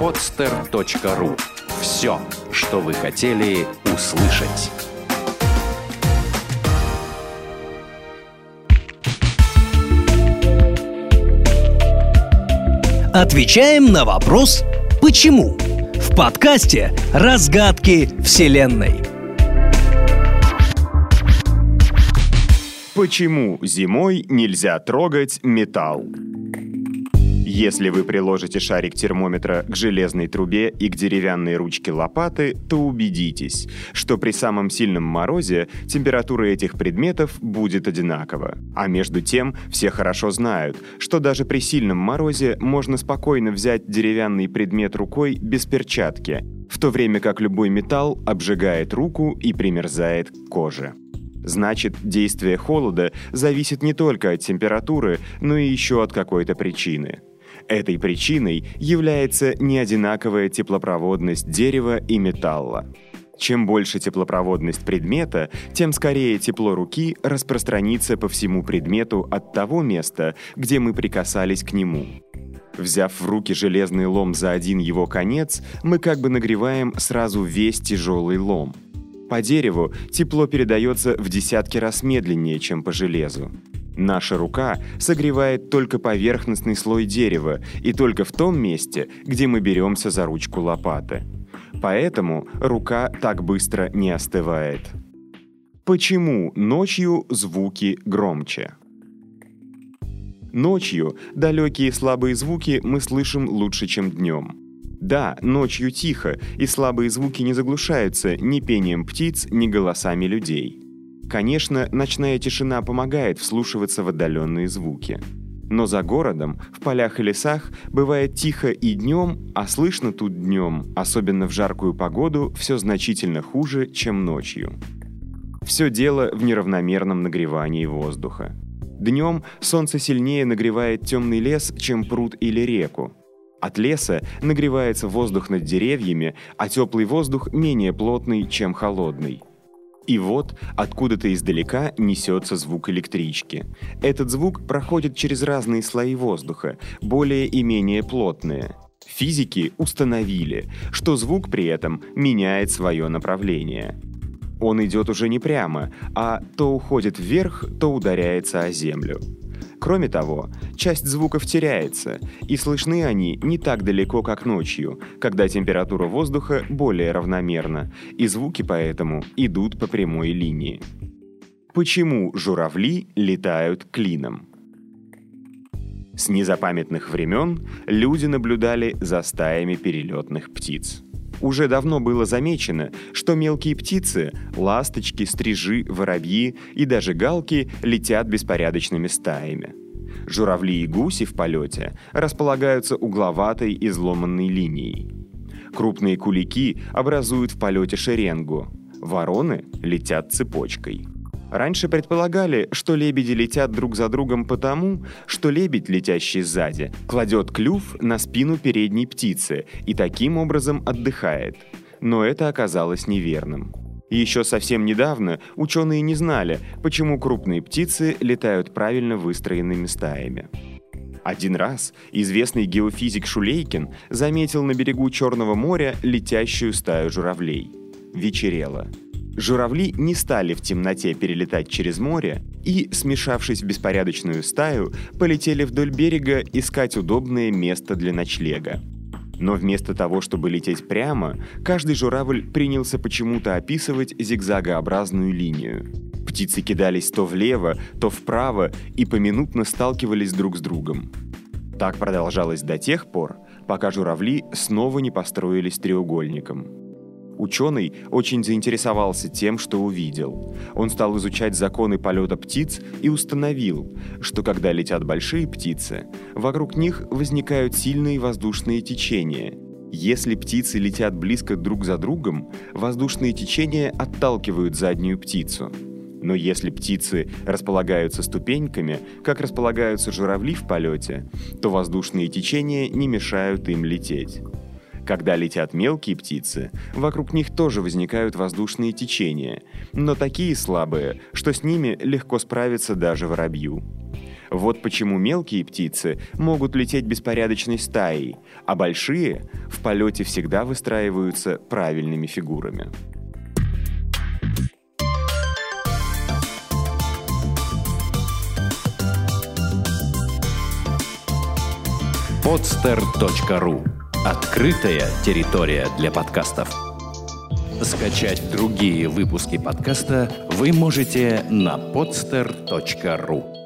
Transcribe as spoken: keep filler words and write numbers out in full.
подстер точка ру. Все, что вы хотели услышать. Отвечаем на вопрос «Почему?» в подкасте «Разгадки Вселенной». Почему зимой нельзя трогать металл? Если вы приложите шарик термометра к железной трубе и к деревянной ручке лопаты, то убедитесь, что при самом сильном морозе температура этих предметов будет одинакова. А между тем, все хорошо знают, что даже при сильном морозе можно спокойно взять деревянный предмет рукой без перчатки, в то время как любой металл обжигает руку и примерзает к коже. Значит, действие холода зависит не только от температуры, но и еще от какой-то причины. Этой причиной является неодинаковая теплопроводность дерева и металла. Чем больше теплопроводность предмета, тем скорее тепло руки распространится по всему предмету от того места, где мы прикасались к нему. Взяв в руки железный лом за один его конец, мы как бы нагреваем сразу весь тяжелый лом. По дереву тепло передается в десятки раз медленнее, чем по железу. Наша рука согревает только поверхностный слой дерева и только в том месте, где мы беремся за ручку лопаты. Поэтому рука так быстро не остывает. Почему ночью звуки громче? Ночью далекие слабые звуки мы слышим лучше, чем днем. Да, ночью тихо, и слабые звуки не заглушаются ни пением птиц, ни голосами людей. Конечно, ночная тишина помогает вслушиваться в отдаленные звуки. Но за городом, в полях и лесах, бывает тихо и днем, а слышно тут днем, особенно в жаркую погоду, все значительно хуже, чем ночью. Все дело в неравномерном нагревании воздуха. Днем солнце сильнее нагревает темный лес, чем пруд или реку. От леса нагревается воздух над деревьями, а теплый воздух менее плотный, чем холодный. И вот откуда-то издалека несется звук электрички. Этот звук проходит через разные слои воздуха, более и менее плотные. Физики установили, что звук при этом меняет свое направление. Он идет уже не прямо, а то уходит вверх, то ударяется о землю. Кроме того, часть звуков теряется, и слышны они не так далеко, как ночью, когда температура воздуха более равномерна, и звуки поэтому идут по прямой линии. Почему журавли летают клином? С незапамятных времен люди наблюдали за стаями перелетных птиц. Уже давно было замечено, что мелкие птицы – ласточки, стрижи, воробьи и даже галки – летят беспорядочными стаями. Журавли и гуси в полете располагаются угловатой изломанной линией. Крупные кулики образуют в полете шеренгу. Вороны летят цепочкой. Раньше предполагали, что лебеди летят друг за другом потому, что лебедь, летящий сзади, кладет клюв на спину передней птицы и таким образом отдыхает. Но это оказалось неверным. Еще совсем недавно ученые не знали, почему крупные птицы летают правильно выстроенными стаями. Один раз известный геофизик Шулейкин заметил на берегу Черного моря летящую стаю журавлей. Вечерело. Журавли не стали в темноте перелетать через море и, смешавшись в беспорядочную стаю, полетели вдоль берега искать удобное место для ночлега. Но вместо того, чтобы лететь прямо, каждый журавль принялся почему-то описывать зигзагообразную линию. Птицы кидались то влево, то вправо и поминутно сталкивались друг с другом. Так продолжалось до тех пор, пока журавли снова не построились треугольником. Ученый очень заинтересовался тем, что увидел. Он стал изучать законы полета птиц и установил, что когда летят большие птицы, вокруг них возникают сильные воздушные течения. Если птицы летят близко друг за другом, воздушные течения отталкивают заднюю птицу. Но если птицы располагаются ступеньками, как располагаются журавли в полете, то воздушные течения не мешают им лететь. Когда летят мелкие птицы, вокруг них тоже возникают воздушные течения, но такие слабые, что с ними легко справиться даже воробью. Вот почему мелкие птицы могут лететь беспорядочной стаей, а большие в полете всегда выстраиваются правильными фигурами. подстер точка ру. Открытая территория для подкастов. Скачать другие выпуски подкаста вы можете на подстер точка ру.